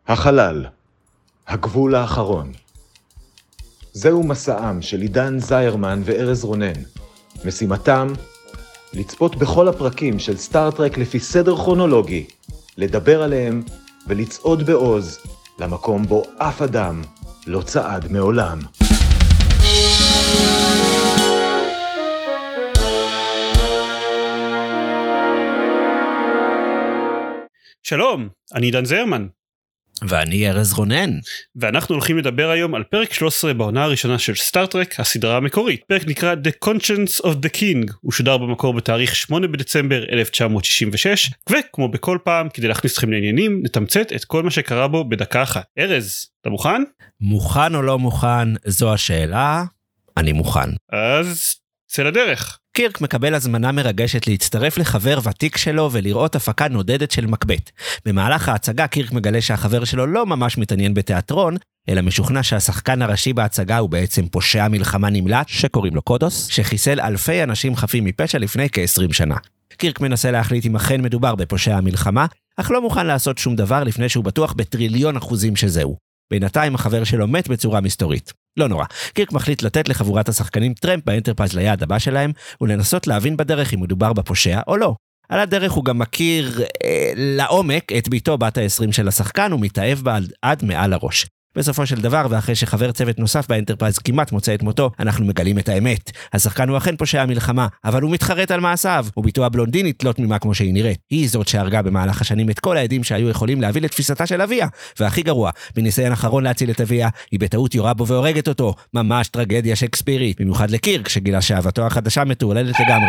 החלל, הגבול האחרון. זהו מסעם של עידן זיירמן וארז רונן. משימתם, לצפות בכל הפרקים של סטארטרק לפי סדר כרונולוגי, לדבר עליהם ולצעוד בעוז למקום בו אף אדם לא צעד מעולם. שלום, אני עידן זיירמן. ואני ארז רונן. ואנחנו הולכים לדבר היום על פרק 13 בעונה הראשונה של סטארטרק, הסדרה המקורית. פרק נקרא The Conscience of the King, הוא שודר במקור בתאריך 8 בדצמבר 1966, וכמו בכל פעם, כדי להכניס אתכם לעניינים, נתמצת את כל מה שקרה בו בדקה אחת. ארז, אתה מוכן? מוכן או לא מוכן, זו השאלה. אני מוכן. אז צא לדרך. קירק מקבל הזמנה מרגשת להצטרף לחבר ותיק שלו ולראות הפקה נודדת של מקבט. במהלך ההצגה קירק מגלה שהחבר שלו לא ממש מתעניין בתיאטרון, אלא משוכנע שהשחקן הראשי בהצגה הוא בעצם פושע מלחמה נמלט שקוראים לו קודוס, שחיסל אלפי אנשים חפים מפשע לפני כ-20 שנה. קירק מנסה להחליט אם אכן מדובר בפושע המלחמה, אך לא מוכן לעשות שום דבר לפני שהוא בטוח בטריליון אחוזים שזהו. בינתיים החבר שלו מת בצורה מסתורית. לא נורא, קירק מחליט לתת לחבורת השחקנים טרמפ באנטרפרייז ליעד הבא שלהם, ולנסות להבין בדרך אם מדובר בפושע או לא. על הדרך הוא גם מכיר לעומק את ביתו בת ה-20 של השחקן, ומתאהב בה עד מעל הראש. בסופו של דבר, ואחרי שחבר צוות נוסף באנטרפרייז כמעט מוצא את מותו, אנחנו מגלים את האמת. השחקן הוא אכן פושע המלחמה, אבל הוא מתחרט על מעשיו, וביתו הבלונדינית לא תמימה כמו שהיא נראית. היא זאת שהרגה במהלך השנים את כל העדים שהיו יכולים להביא לתפיסתה של אביה. והכי גרוע, בניסיון אחרון להציל את אביה, היא בטעות יורה בו והורגת אותו. ממש טרגדיה שייקספירית, במיוחד לקירק שגילה שאהבתו החדשה מטורללת לגמרי.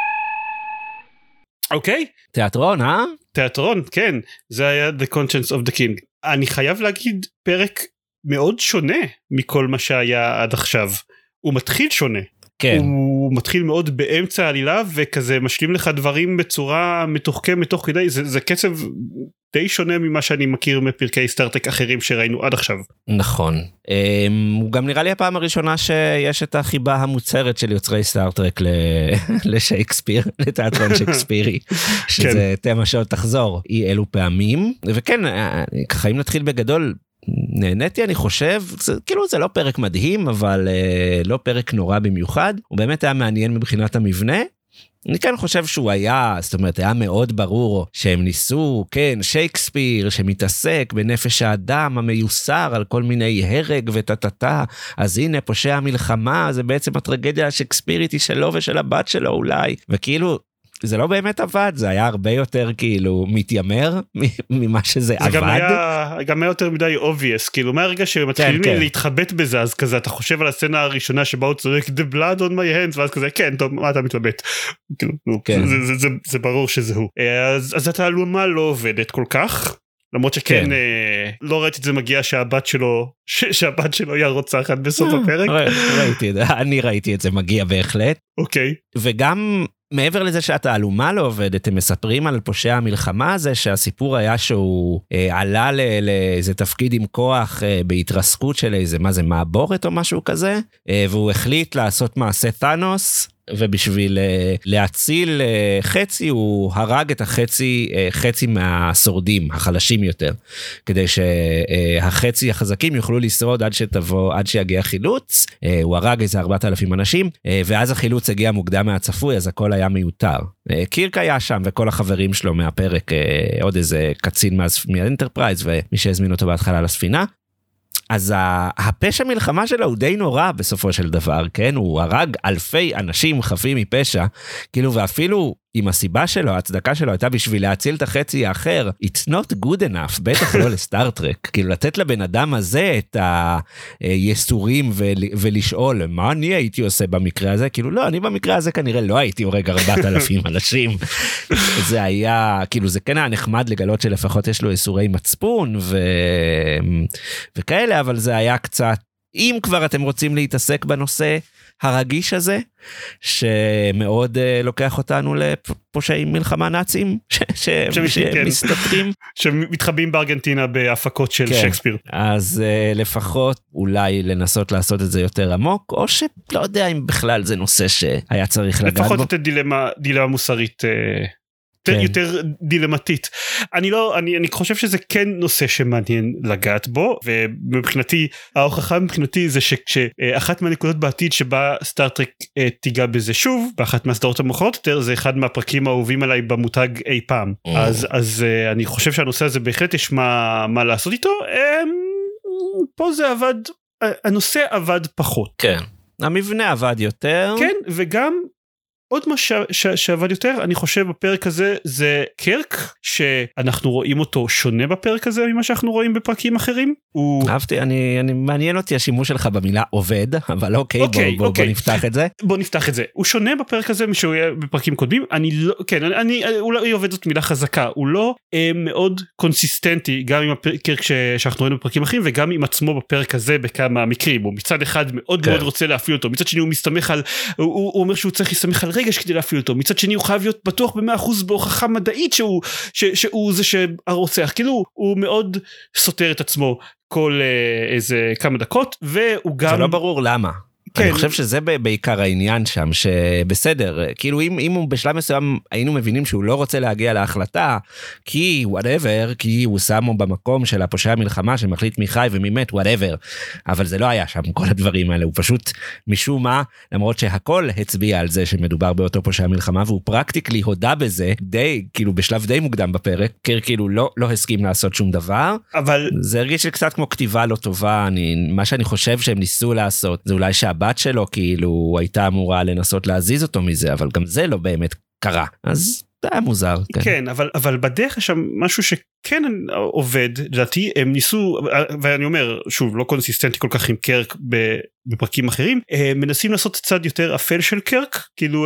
אוקיי. תיאטרון, תיאטרון, כן. זה היה The Conscience of the King. אני חייב להגיד פרק מאוד שונה מכל מה שהיה עד עכשיו. הוא מתחיל שונה. כן. הוא מתחיל מאוד באמצע העלילה, וכזה משלים לך דברים בצורה מתוחכמת תוך כדי. זה קצב די שונה ממה שאני מכיר מפרקי סטארטרק אחרים שראינו עד עכשיו. נכון. הוא גם נראה לי הפעם הראשונה שיש את החיבה המוצהרת של יוצרי סטארטרק לשייקספיר, לתיאטרון שייקספירי, שזה תמה שעוד תחזור אי אלו פעמים. וכן, ככה אם נתחיל בגדול, נהניתי אני חושב, כאילו זה לא פרק מדהים, אבל לא פרק נורא במיוחד, הוא באמת היה מעניין מבחינת המבנה. אני כן חושב שהוא היה, זאת אומרת, היה מאוד ברור שהם ניסו, כן, שייקספיר שמתעסק בנפש האדם המיוסר על כל מיני הרג וטטטה, אז הנה פושע המלחמה, זה בעצם הטרגדיה השייקספירית שלו ושל הבת שלו אולי, וכאילו, זה לא באמת עבד, זה היה הרבה יותר כאילו מתיימר ממה שזה עבד. זה גם היה יותר מדי obvious, כאילו מהרגע שמתחילים להתחבט בזה, אז כזה אתה חושב על הסצנה הראשונה שבה הוא צורק the blood on my hands, ואז כזה כן, טוב, מה אתה מתלבט? זה ברור שזה הוא. אז התעלומה לא עובדת כל כך, למרות שכן, לא ראיתי את זה מגיע שהבת שלו היא הרוצחת בסוף הפרק. אני ראיתי את זה מגיע בהחלט. אוקיי. וגם מעבר לזה שהתעלומה לא עובדת, הם מספרים על פושע המלחמה הזה, שהסיפור היה שהוא עלה לאיזה תפקיד עם כוח בהתרסקות של איזה, מה זה, מעבורת או משהו כזה, והוא החליט לעשות מעשה תאנוס, ובשביל להציל חצי, הוא הרג את חצי מהשורדים, החלשים יותר, כדי שהחצי החזקים יוכלו לשרוד עד שיגיע חילוץ. הוא הרג איזה 4,000 אנשים, ואז החילוץ הגיע מוקדם מהצפוי, אז הכל היה מיותר. קירק היה שם, וכל החברים שלו מהפרק, עוד איזה קצין מהאנטרפרייז, ומי שהזמין אותו בהתחלה לספינה. אז הפשע מלחמה שלו הוא די נורא בסופו של דבר, כן? הוא הרג אלפי אנשים חפים מפשע, כאילו, ואפילו עם הסיבה שלו, ההצדקה שלו הייתה בשביל להציל את החצי האחר, it's not good enough, בטח לא לסטארטרק, כאילו לתת לבן אדם הזה את היסורים ולשאול, מה אני הייתי עושה במקרה הזה? כאילו לא, אני במקרה הזה כנראה לא הייתי הורג 4,000 אנשים, זה היה, כאילו זה כן היה נחמד לגלות שלפחות יש לו איסורי מצפון וכאלה, אבל זה היה קצת, אם כבר אתם רוצים להתעסק בנושא הרגיש הזה, שמאוד לוקח אותנו לפושעים מלחמה נאצים, שמסתתרים. שמתחבאים בארגנטינה בהפקות של שייקספיר. אז לפחות אולי לנסות לעשות את זה יותר עמוק, או שלא יודע אם בכלל זה נושא שהיה צריך לגעת בו. לפחות את דילמה מוסרית יותר דילמטית. אני חושב שזה כן נושא שמעניין לגעת בו, ומבחינתי, ההוכחה מבחינתי זה שאחת מהנקודות בעתיד שבה סטארטרק תיגע בזה שוב, באחת מהסדרות המאוחרות יותר, זה אחד מהפרקים האהובים עליי במותג אי פעם. אז אני חושב שהנושא הזה בהחלט יש מה לעשות איתו, פה זה עבד, הנושא עבד פחות. כן, המבנה עבד יותר. כן, וגם עוד מה שעבד יותר, אני חושב בפרק הזה, זה קרק, שאנחנו רואים אותו שונה בפרק הזה, ממה שאנחנו רואים בפרקים אחרים. אהבתי, מעניין אותי השימוש שלך במילה עובד, אבל אוקיי, בוא נפתח את זה. בוא נפתח את זה. הוא שונה בפרק הזה, משהו יהיה בפרקים קודמים, אולי עובד זאת מילה חזקה, הוא לא מאוד קונסיסטנטי, גם עם הקרק שאנחנו רואים בפרקים אחרים, וגם עם עצמו בפרק הזה, בכמה מקרים. הוא מצד אחד מאוד מאוד רוצה להפעיל אותו, מצד שני הוא מסתמך על, הוא אומר שהוא צריך להסתמך על רגש כדי להפעיל אותו, מצד שני הוא חייב להיות בטוח ב100% בהוכחה מדעית שהוא זה שהרוצח, כאילו הוא מאוד סותר את עצמו כל איזה כמה דקות, והוא גם... זה לא ברור למה. כן. אני חושב שזה בעיקר העניין שם, שבסדר, כאילו אם הוא בשלב מסוים היינו מבינים שהוא לא רוצה להגיע להחלטה, כי whatever, כי הוא שמו במקום של הפושע המלחמה שמחליט מי חי ומי מת, whatever, אבל זה לא היה שם כל הדברים האלה, הוא פשוט משום מה, למרות שהכל הצביע על זה שמדובר באותו פושע המלחמה, והוא פרקטיקלי הודה בזה, די, כאילו בשלב די מוקדם בפרק, כאילו לא הסכים לעשות שום דבר, אבל... זה הרגיש קצת כמו כתיבה לא טובה, מה שאני חושב שהם ניסו לעשות, זה אולי הבת שלו כאילו הייתה אמורה לנסות להזיז אותו מזה, אבל גם זה לא באמת קרה, אז זה היה מוזר. כן, אבל בדרך יש שם משהו שכן עובד, לדעתי הם ניסו, ואני אומר, שוב, לא קונסיסטנטי כל כך עם קרק בפרקים אחרים, מנסים לעשות צד יותר אפל של קרק, כאילו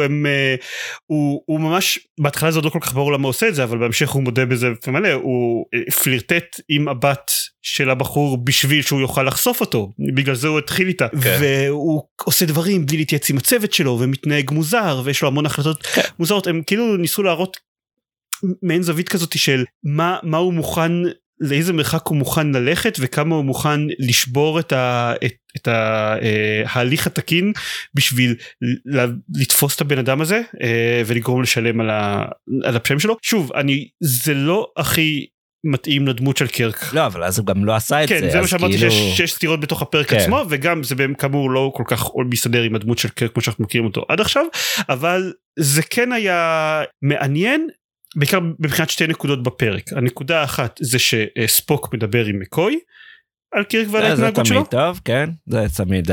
הוא ממש, בהתחלה זה עוד לא כל כך ברור למה עושה את זה, אבל בהמשך הוא מודה בזה ומלא, הוא פלירטט עם הבת של הבחור בשביל שהוא יוכל לחשוף אותו, בגלל זה הוא התחיל איתה, והוא עושה דברים בלי להתייעץ עם הצוות שלו, ומתנהג מוזר, ויש לו המון החלטות מוזרות, הם כאילו ניסו להראות מעין זווית כזאת של מה הוא מוכן, לאיזה מרחק הוא מוכן ללכת, וכמה הוא מוכן לשבור את ההליך התקין, בשביל לתפוס את הבן אדם הזה, ולגרום לשלם על הפשעים שלו. שוב, זה לא הכי מתאים לדמות של קרק. לא, אבל אז הוא גם לא עשה את זה. כן, זה מה שאמרתי שיש סתירות בתוך הפרק עצמו, וגם זה כאמור לא כל כך מסתדר עם הדמות של קרק, כמו שאנחנו מכירים אותו עד עכשיו, אבל זה כן היה מעניין, בעיקר מבחינת שתי נקודות בפרק. הנקודה האחת זה שספוק מדבר עם מקוי, על קרק ועל ההתנהגות שלו. זה תמיד טוב, כן, זה תמיד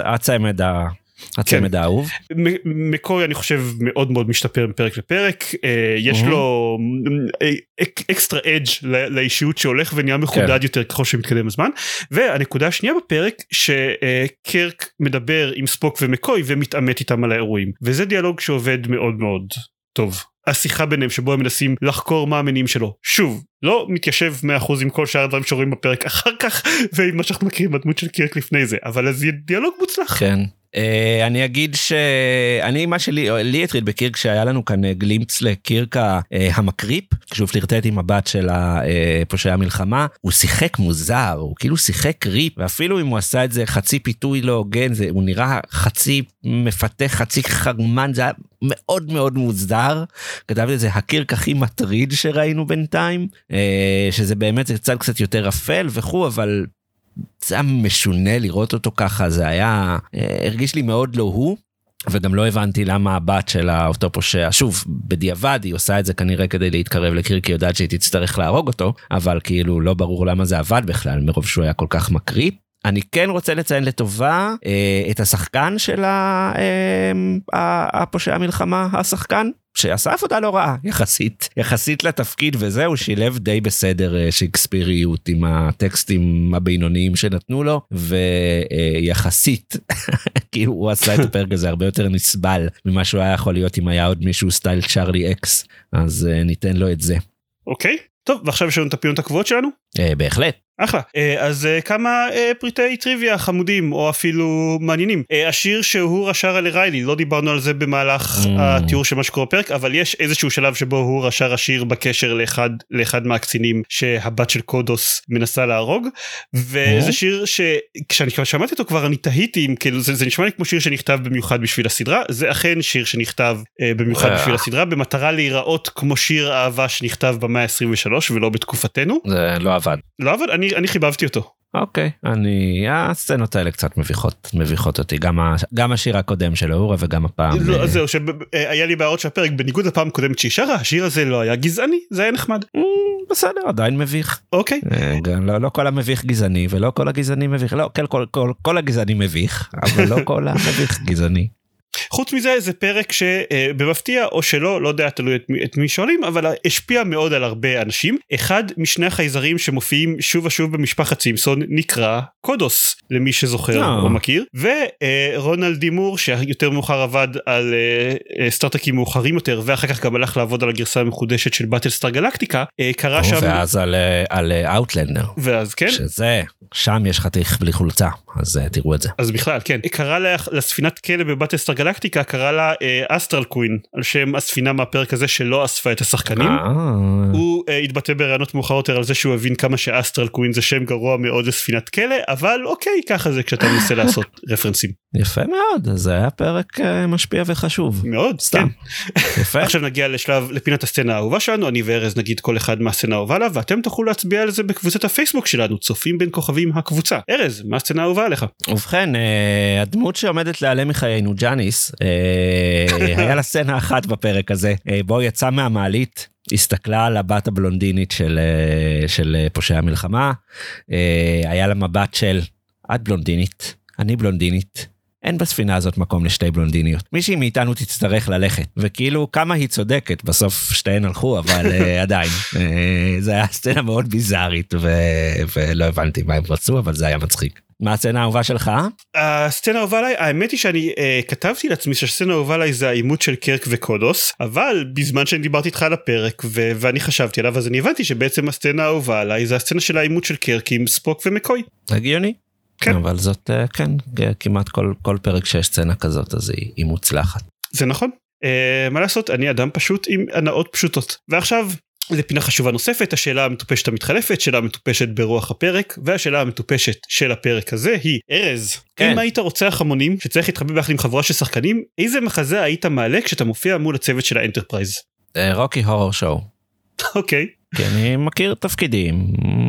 הצמד האהוב. מקוי אני חושב מאוד מאוד משתפר מפרק לפרק, יש לו אקסטרה אדג' לאישיות שהולך ונהיה מחודד יותר ככל שמתקדם הזמן, והנקודה השנייה בפרק שקרק מדבר עם ספוק ומקוי ומתאמת איתם על האירועים, וזה דיאלוג שעובד מאוד מאוד טוב. השיחה ביניהם שבו הם מנסים לחקור מה המניעים שלו. שוב, לא מתיישב 100% עם כל שאר הדברים שרואים בפרק אחר כך, ועם מה שאנחנו מכירים בדמות של קירק לפני זה, אבל זה דיאלוג מוצלח. כן. אני אגיד מה שלי הטריד בקירק, שהיה לנו כאן גלימפס לקירק המקריפ, כשהוא פלירטט עם הבת של פושעי המלחמה, הוא שיחק מוזר, הוא כאילו שיחק ריפ, ואפילו אם הוא עשה את זה חצי פיתוי לא הוגן, הוא נראה חצי מפתח, חצי חרמן, זה היה מאוד מאוד מוזר, כתבתי את זה הקירק הכי מטריד שראינו בינתיים, שזה באמת זה קצת יותר אפל וכו', אבל זה היה משונה לראות אותו ככה, זה היה, הרגיש לי מאוד לא הוא, וגם לא הבנתי למה הבת של אותו פושע, שוב, בדיעבד היא עושה את זה כנראה כדי להתקרב לקירק, היא יודעת שהיא תצטרך להרוג אותו, אבל כאילו לא ברור למה זה עבד בכלל, מרוב שהוא היה כל כך מקריפ. אני כן רוצה לציין לטובה את השחקן של הפושע המלחמה, השחקן, שעשה עבודה לא רעה, יחסית לתפקיד, וזה הוא שילב די בסדר שייקספיריות עם הטקסטים הבינוניים שנתנו לו, ויחסית, כאילו הוא עשה את הפרק הזה הרבה יותר נסבל, ממה שהוא היה יכול להיות אם היה עוד מישהו סטייל צ'ארלי אקס, אז ניתן לו את זה. אוקיי, טוב, ועכשיו יש לנו את הפינות הקבועות שלנו? בהחלט. אחלה. אז כמה פריטי טריוויה חמודים, או אפילו מעניינים. השיר שהוא שר על ריילי, לא דיברנו על זה במהלך התיאור של מה שקורה בפרק, אבל יש איזשהו שלב שבו הוא שר השיר בקשר לאחד מהקצינים שהבת של קודוס מנסה להרוג, וזה שיר שכשאני שמעתי אותו כבר אני תהיתי, זה נשמע לי כמו שיר שנכתב במיוחד בשביל הסדרה, זה אכן שיר שנכתב במיוחד בשביל הסדרה, במטרה להיראות כמו שיר אהבה שנכתב במאה ה-23 ולא בתקופתנו. זה לא עבד. לא עבד, אני חיבבתי אותו. אוקיי, הסצנות האלה קצת מביכות אותי, גם השיר הקודם של אורה וגם הפעם. לא, זהו, שהיה לי בעיות שהפרק, בניגוד לפעם הקודמת שהיא שרה, השיר הזה לא היה גזעני, זה היה נחמד. בסדר, עדיין מביך. אוקיי. לא כל המביך גזעני, ולא כל הגזעני מביך, לא, כל הגזעני מביך, אבל לא כל המביך גזעני. חוץ מזה, זה פרק שבמפתיע או שלא, לא יודע, תלוי את מי שואלים, אבל השפיע מאוד על הרבה אנשים. אחד משני החייזרים שמופיעים שוב ושוב במשפחת סימפסון נקרא קודוס, למי שזוכר או מכיר, ורונלד די מור, שיותר מאוחר עבד על סטארטקים מאוחרים יותר, ואחר כך גם הלך לעבוד על הגרסה המחודשת של באטלסטאר גלקטיקה, קרא שם... ואז על אאוטלנדר. ואז כן. שזה, שם יש חתיך בלי חולצה, אז תראו את זה. אז בכלל, כן. קרא לספינת כלא בבאטלסטאר גלקטיקה, קרא לה אסטרל קווין, על שם הספינה מהפרק הזה שלא אספה את השחקנים. הוא התבטא ברעיונות מאוחרות על זה שהוא הבין כמה שאסטרל קווין זה שם גרוע מאוד לספינת כלא, אבל אוקיי, ככה זה כשאתה מנסה לעשות רפרנסים. יפה מאוד, זה היה פרק משפיע וחשוב. מאוד, סתם. יפה. עכשיו נגיע לפינת הסצנה האהובה שלנו, אני וארז נגיד כל אחד מהסצנה האהובה לה, ואתם תוכלו להצביע על זה בקבוצת הפייסבוק שלנו, צופים בין כוכבים הקבוצה. ארז, מה הסצנה האהובה עליך? ובכן, הדמות שעומדת להיעלם מחיינו, ג'אניס, היה לה סצנה אחת בפרק הזה, בו יצא מהמעלית, הסתכלה על הבת הבלונדינית של פושעי המלחמה, היה לה מבט של, את בלונדינית, אני בלונדינית, אין בספינה הזאת מקום לשתי בלונדיניות. מישהי מאיתנו תצטרך ללכת, וכאילו כמה היא צודקת, בסוף שתיהן הלכו, אבל עדיין. זה היה סצנה מאוד ביזארית, ולא הבנתי מה הם רצו, אבל זה היה מצחיק. מה הסצנה האהובה שלך? הסצנה האהובה עליי, האמת היא שאני כתבתי לעצמי שהסצנה האהובה עליי זה האימות של קרק וקודוס, אבל בזמן שאני דיברתי איתך על הפרק ואני חשבתי עליו, אז אני הבנתי שבעצם הסצנה האהובה עליי זה הסצנה של האימות של קרק עם ספוק ומקוי. הגיוני. כן. אבל זאת, כן, כמעט כל פרק שיש סצנה כזאת, אז היא מוצלחת. זה נכון. מה לעשות, אני אדם פשוט עם הנאות פשוטות. ועכשיו, לפינה חשובה נוספת, השאלה המטופשת המתחלפת, שאלה המטופשת ברוח הפרק, והשאלה המטופשת של הפרק הזה היא, ארז, כן. אם היית רוצח המונים שצריך להתחבא ביחד עם חבורה של שחקנים, איזה מחזה היית מעלה כשאתה מופיע מול הצוות של האנטרפרייז? רוקי הורר שואו. אוקיי. כי אני מכיר תפקידים,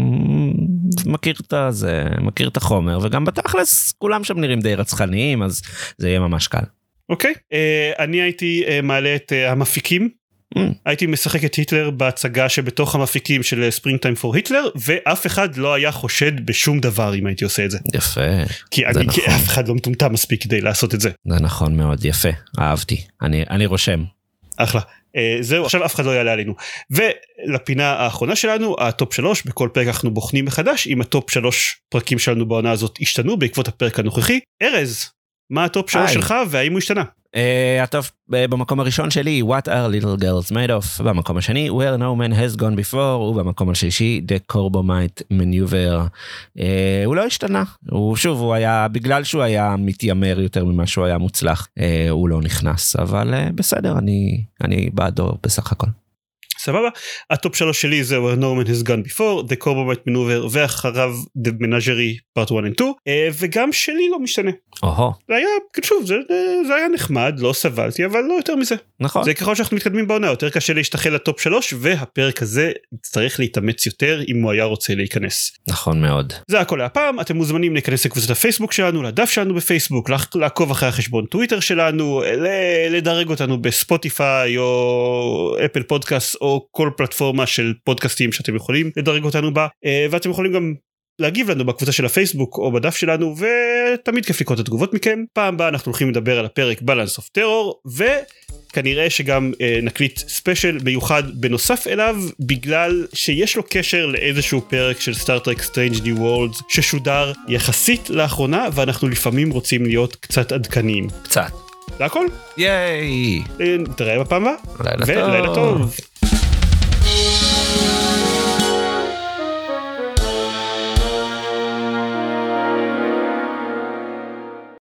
מכיר את החומר, וגם בתכלס כולם שם נראים די רצחניים, אז זה יהיה ממש קל. אוקיי, אני הייתי מעלה את המפיקים, הייתי משחק את היטלר בהצגה שבתוך המפיקים של ספרינג טיים פור היטלר, ואף אחד לא היה חושד בשום דבר אם הייתי עושה את זה. יפה. כי אף אחד לא מטומטם מספיק כדי לעשות את זה. זה נכון מאוד, יפה, אהבתי, אני רושם. אחלה. זהו, עכשיו אף אחד לא יעלה עלינו. ולפינה האחרונה שלנו, הטופ 3, בכל פרק אנחנו בוחנים מחדש, אם הטופ 3 פרקים שלנו בעונה הזאת השתנו בעקבות הפרק הנוכחי. ארז, מה הטופ 3 שלך והאם הוא השתנה? הטוב, במקום הראשון שלי, What are little girls made of? במקום השני, Where no man has gone before, ובמקום השלישי, The Corbomite Maneuver. הוא לא השתנה, הוא היה, בגלל שהוא היה מתיימר יותר ממה שהוא היה מוצלח, הוא לא נכנס, אבל בסדר, אני בעדו בסך הכל. סבבה, הטופ 3 שלי זה Where no man has gone before, The Corbomite Maneuver, ואחריו The Menagerie Part 1 and 2, וגם שלי לא משתנה. זה היה, שוב, זה היה נחמד, לא סבלתי, אבל לא יותר מזה. נכון. זה ככל שאנחנו מתקדמים בעונה, יותר קשה להשתחל לטופ 3, והפרק הזה צריך להתאמץ יותר אם הוא היה רוצה להיכנס. נכון מאוד. זה הכל להפעם, אתם מוזמנים להיכנס לקבוצת הפייסבוק שלנו, לדף שלנו בפייסבוק, לעקוב אחרי החשבון טוויטר שלנו, לדרג אותנו בספוטיפיי או אפל פודקאסט או כל פלטפורמה של פודקאסטים שאתם יכולים לדרג אותנו בה, ואתם יכולים גם להגיב לנו בקבוצה של הפייסבוק או בדף שלנו, ותמיד כיף לקרוא את התגובות מכם. פעם הבאה אנחנו הולכים לדבר על הפרק Balance of Terror, וכנראה שגם נקליט ספיישל מיוחד בנוסף אליו, בגלל שיש לו קשר לאיזשהו פרק של סטארטרק Strange New Worlds ששודר יחסית לאחרונה, ואנחנו לפעמים רוצים להיות קצת עדכניים. קצת. זה הכל? ייי! נתראה בפעם הבאה. לילה טוב.